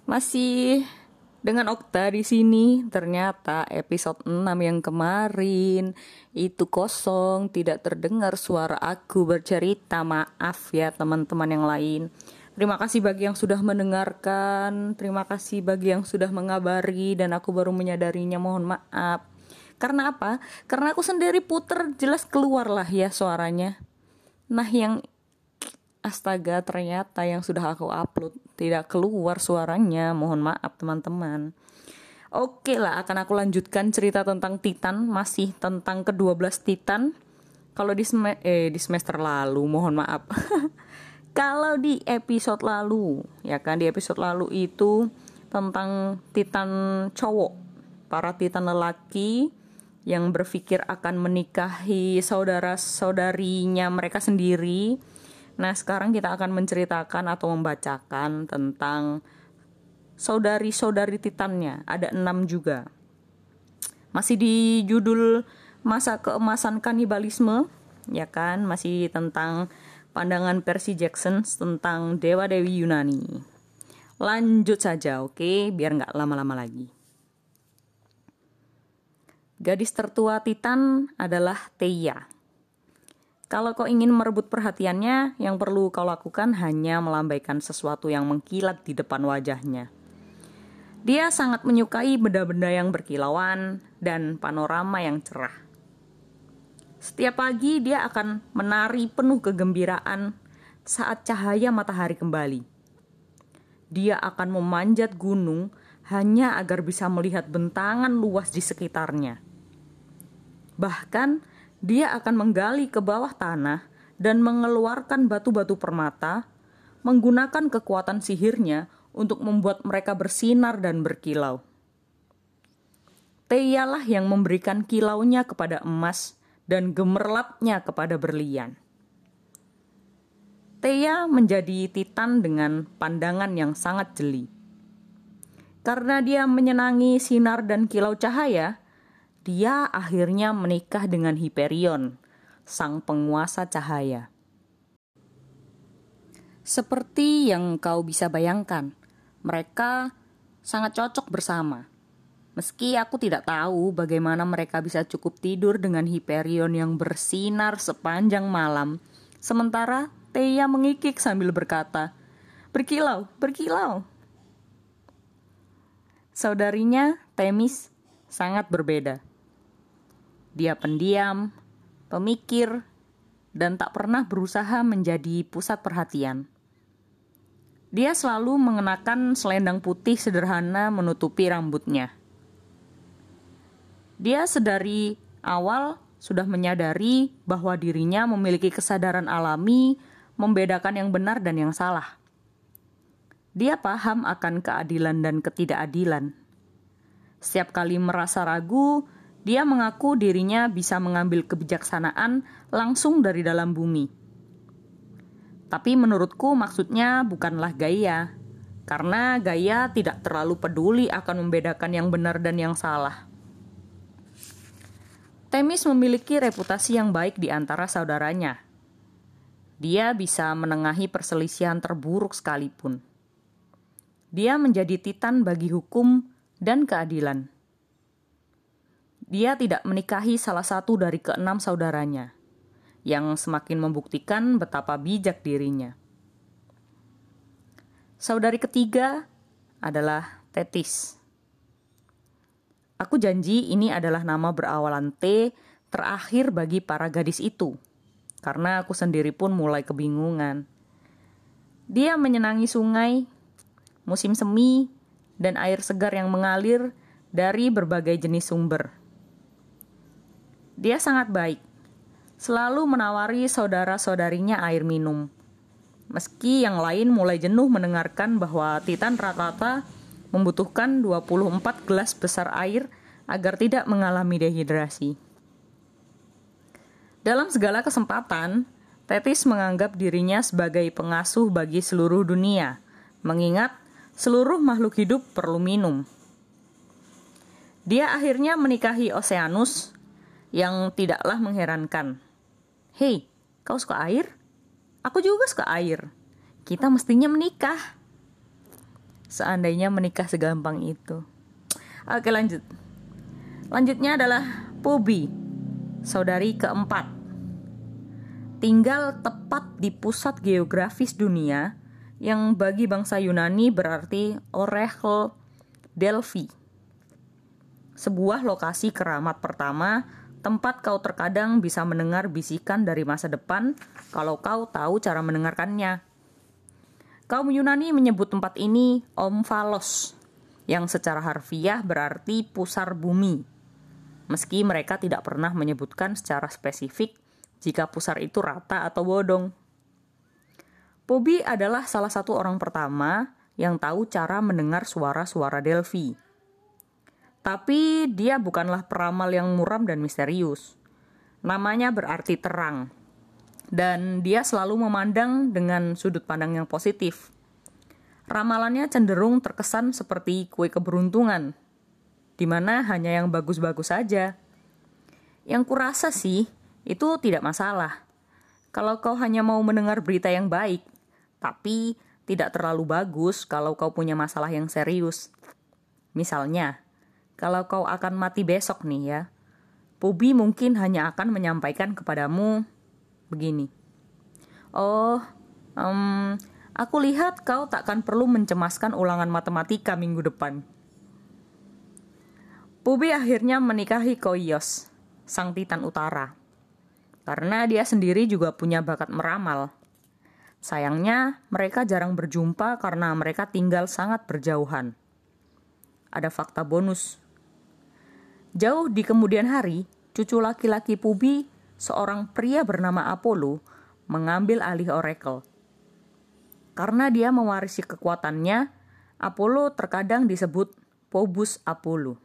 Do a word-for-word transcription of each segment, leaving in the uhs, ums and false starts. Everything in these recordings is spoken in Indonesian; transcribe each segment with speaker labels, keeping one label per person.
Speaker 1: Masih dengan Okta di sini. Ternyata episode enam yang kemarin itu kosong, tidak terdengar suara aku bercerita. Maaf ya teman-teman yang lain. Terima kasih bagi yang sudah mendengarkan, terima kasih bagi yang sudah mengabari dan aku baru menyadarinya, mohon maaf. Karena apa? Karena aku sendiri puter jelas keluar lah ya suaranya. Nah yang astaga, ternyata yang sudah aku upload tidak keluar suaranya. Mohon maaf teman-teman. Oke lah, akan aku lanjutkan cerita tentang Titan. Masih tentang kedua belas Titan. Kalau di, sem- eh, di semester lalu, mohon maaf. Kalau di episode lalu, ya kan, di episode lalu itu tentang Titan cowok. Para Titan lelaki yang berpikir akan menikahi saudara-saudarinya mereka sendiri. Nah, sekarang kita akan menceritakan atau membacakan tentang saudari-saudari Titannya. Ada enam juga. Masih di judul masa keemasan kanibalisme, ya kan? Masih tentang pandangan Percy Jackson tentang dewa-dewi Yunani. Lanjut saja, oke? Biar nggak lama-lama lagi. Gadis tertua Titan adalah Theia. Kalau kau ingin merebut perhatiannya, yang perlu kau lakukan hanya melambaikan sesuatu yang mengkilat di depan wajahnya. Dia sangat menyukai benda-benda yang berkilauan dan panorama yang cerah. Setiap pagi dia akan menari penuh kegembiraan saat cahaya matahari kembali. Dia akan memanjat gunung hanya agar bisa melihat bentangan luas di sekitarnya. Bahkan, dia akan menggali ke bawah tanah dan mengeluarkan batu-batu permata, menggunakan kekuatan sihirnya untuk membuat mereka bersinar dan berkilau. Theia lah yang memberikan kilaunya kepada emas dan gemerlapnya kepada berlian. Theia menjadi Titan dengan pandangan yang sangat jeli. Karena dia menyenangi sinar dan kilau cahaya, dia akhirnya menikah dengan Hyperion, sang penguasa cahaya. Seperti yang kau bisa bayangkan, mereka sangat cocok bersama. Meski aku tidak tahu bagaimana mereka bisa cukup tidur dengan Hyperion yang bersinar sepanjang malam, sementara Theia mengikik sambil berkata, "Berkilau, berkilau." Saudarinya, Themis, sangat berbeda. Dia pendiam, pemikir, dan tak pernah berusaha menjadi pusat perhatian. Dia selalu mengenakan selendang putih sederhana menutupi rambutnya. Dia sedari awal sudah menyadari bahwa dirinya memiliki kesadaran alami membedakan yang benar dan yang salah. Dia paham akan keadilan dan ketidakadilan. Setiap kali merasa ragu, dia mengaku dirinya bisa mengambil kebijaksanaan langsung dari dalam bumi. Tapi menurutku maksudnya bukanlah Gaia, karena Gaia tidak terlalu peduli akan membedakan yang benar dan yang salah. Themis memiliki reputasi yang baik di antara saudaranya. Dia bisa menengahi perselisihan terburuk sekalipun. Dia menjadi Titan bagi hukum dan keadilan. Dia tidak menikahi salah satu dari keenam saudaranya, yang semakin membuktikan betapa bijak dirinya. Saudari ketiga adalah Tethys. Aku janji ini adalah nama berawalan T terakhir bagi para gadis itu, karena aku sendiri pun mulai kebingungan. Dia menyenangi sungai, musim semi, dan air segar yang mengalir dari berbagai jenis sumber. Dia sangat baik, selalu menawari saudara-saudarinya air minum. Meski yang lain mulai jenuh mendengarkan bahwa Titan rata-rata membutuhkan dua puluh empat gelas besar air agar tidak mengalami dehidrasi. Dalam segala kesempatan, Tethys menganggap dirinya sebagai pengasuh bagi seluruh dunia, mengingat seluruh makhluk hidup perlu minum. Dia akhirnya menikahi Oceanus, yang tidaklah mengherankan. "Hei, kau suka air? Aku juga suka air. Kita mestinya menikah." seandainya menikah segampang itu. Oke, lanjut. Lanjutnya adalah Pubi, saudari keempat. Tinggal tepat di pusat geografis dunia yang bagi bangsa Yunani berarti Oracle Delphi. Sebuah lokasi keramat pertama, tempat kau terkadang bisa mendengar bisikan dari masa depan kalau kau tahu cara mendengarkannya. Kaum Yunani menyebut tempat ini Omphalos, yang secara harfiah berarti pusar bumi. Meski mereka tidak pernah menyebutkan secara spesifik jika pusar itu rata atau bodong. Pubi adalah salah satu orang pertama yang tahu cara mendengar suara-suara Delphi. Tapi dia bukanlah peramal yang muram dan misterius. Namanya berarti terang. Dan dia selalu memandang dengan sudut pandang yang positif. Ramalannya cenderung terkesan seperti kue keberuntungan, di mana hanya yang bagus-bagus saja. Yang kurasa sih, itu tidak masalah. Kalau kau hanya mau mendengar berita yang baik, tapi tidak terlalu bagus kalau kau punya masalah yang serius. Misalnya, kalau kau akan mati besok nih ya, Pubi mungkin hanya akan menyampaikan kepadamu begini. Oh, um, aku lihat kau takkan perlu mencemaskan ulangan matematika minggu depan. Pubi akhirnya menikahi Koios, sang Titan Utara. Karena dia sendiri juga punya bakat meramal. Sayangnya, mereka jarang berjumpa karena mereka tinggal sangat berjauhan. Ada fakta bonus. Jauh di kemudian hari, cucu laki-laki Pubi, seorang pria bernama Apollo, mengambil alih Oracle. Karena dia mewarisi kekuatannya, Apollo terkadang disebut Phobos Apollo.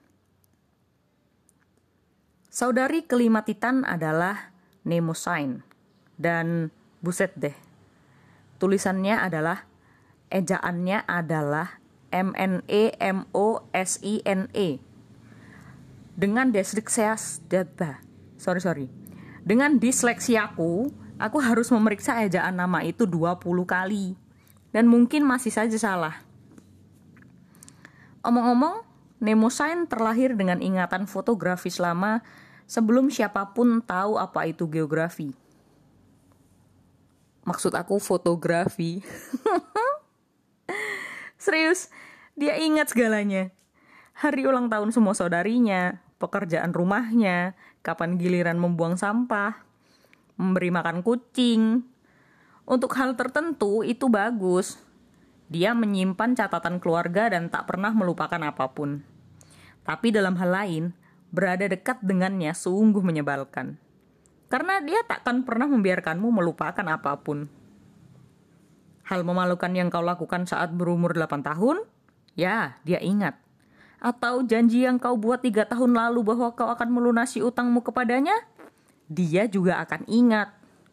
Speaker 1: Saudari kelima Titan adalah Mnemosyne. Dan buset deh, tulisannya adalah, ejaannya adalah M N E M O S I N E. Dengan disleksias, sorry sorry, dengan disleksiaku, aku harus memeriksa ejaan nama itu dua puluh kali. Dan mungkin masih saja salah. Omong-omong, Mnemosyne terlahir dengan ingatan fotografis lama sebelum siapapun tahu apa itu geografi. Maksud aku fotografi. Serius, dia ingat segalanya. Hari ulang tahun semua saudarinya, pekerjaan rumahnya, kapan giliran membuang sampah, memberi makan kucing. Untuk hal tertentu itu bagus. Dia menyimpan catatan keluarga dan tak pernah melupakan apapun. Tapi dalam hal lain, berada dekat dengannya sungguh menyebalkan. Karena dia takkan pernah membiarkanmu melupakan apapun. Hal memalukan yang kau lakukan saat berumur delapan tahun? Ya, dia ingat. Atau janji yang kau buat tiga tahun lalu bahwa kau akan melunasi utangmu kepadanya? Dia juga akan ingat.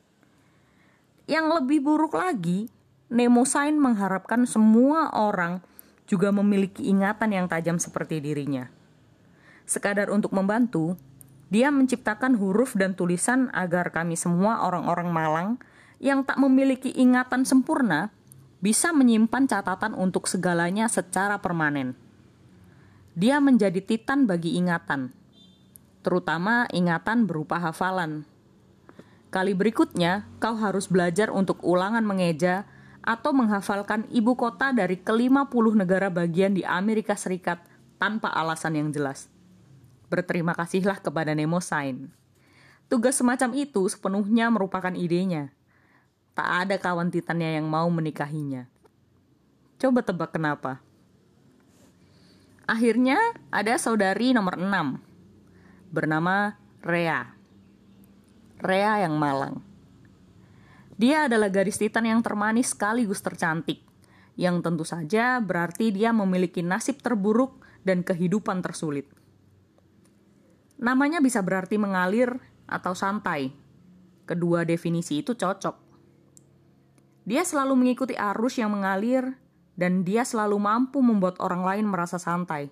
Speaker 1: Yang lebih buruk lagi, Mnemosyne mengharapkan semua orang juga memiliki ingatan yang tajam seperti dirinya. Sekadar untuk membantu, dia menciptakan huruf dan tulisan agar kami semua orang-orang malang yang tak memiliki ingatan sempurna bisa menyimpan catatan untuk segalanya secara permanen. Dia menjadi titan bagi ingatan, terutama ingatan berupa hafalan. Kali berikutnya, kau harus belajar untuk ulangan mengeja atau menghafalkan ibu kota dari kelima puluh negara bagian di Amerika Serikat tanpa alasan yang jelas. Berterima kasihlah kepada Mnemosyne. Tugas semacam itu sepenuhnya merupakan idenya. Tak ada kawan titannya yang mau menikahinya. Coba tebak kenapa? Akhirnya ada saudari nomor enam, bernama Rhea. Rhea yang malang. Dia adalah gadis titan yang termanis sekaligus tercantik, yang tentu saja berarti dia memiliki nasib terburuk dan kehidupan tersulit. Namanya bisa berarti mengalir atau santai. Kedua definisi itu cocok. Dia selalu mengikuti arus yang mengalir, dan dia selalu mampu membuat orang lain merasa santai.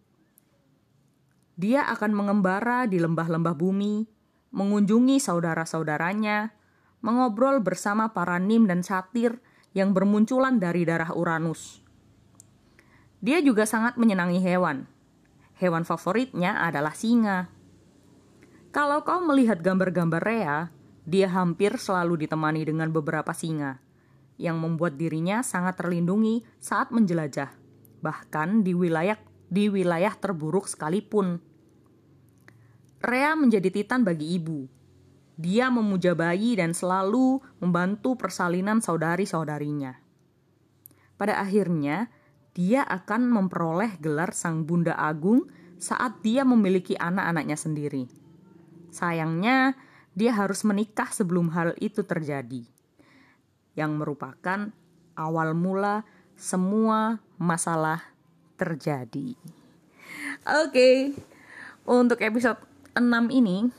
Speaker 1: Dia akan mengembara di lembah-lembah bumi, mengunjungi saudara-saudaranya, mengobrol bersama para nim dan satir yang bermunculan dari darah Uranus. Dia juga sangat menyenangi hewan. Hewan favoritnya adalah singa. Kalau kau melihat gambar-gambar Rea, dia hampir selalu ditemani dengan beberapa singa, yang membuat dirinya sangat terlindungi saat menjelajah, bahkan di wilayah di wilayah terburuk sekalipun. Rea menjadi titan bagi ibu. Dia memuja bayi dan selalu membantu persalinan saudari-saudarinya. Pada akhirnya, dia akan memperoleh gelar Sang Bunda Agung saat dia memiliki anak-anaknya sendiri. Sayangnya, dia harus menikah sebelum hal itu terjadi, yang merupakan awal mula semua masalah terjadi. Oke, untuk episode enam ini,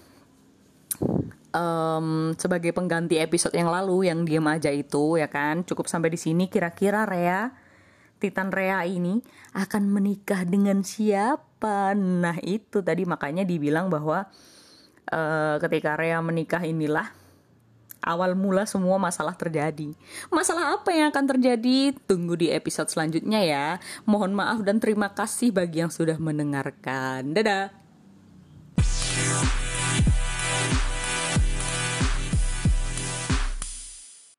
Speaker 1: um, sebagai pengganti episode yang lalu yang diam aja itu, ya kan, cukup sampai di sini. Kira-kira Rea, Titan Rea ini akan menikah dengan siapa? Nah itu tadi makanya dibilang bahwa uh, ketika Rea menikah inilah awal mula semua masalah terjadi. Masalah apa yang akan terjadi? Tunggu di episode selanjutnya ya. Mohon maaf dan terima kasih bagi yang sudah mendengarkan. Dadah.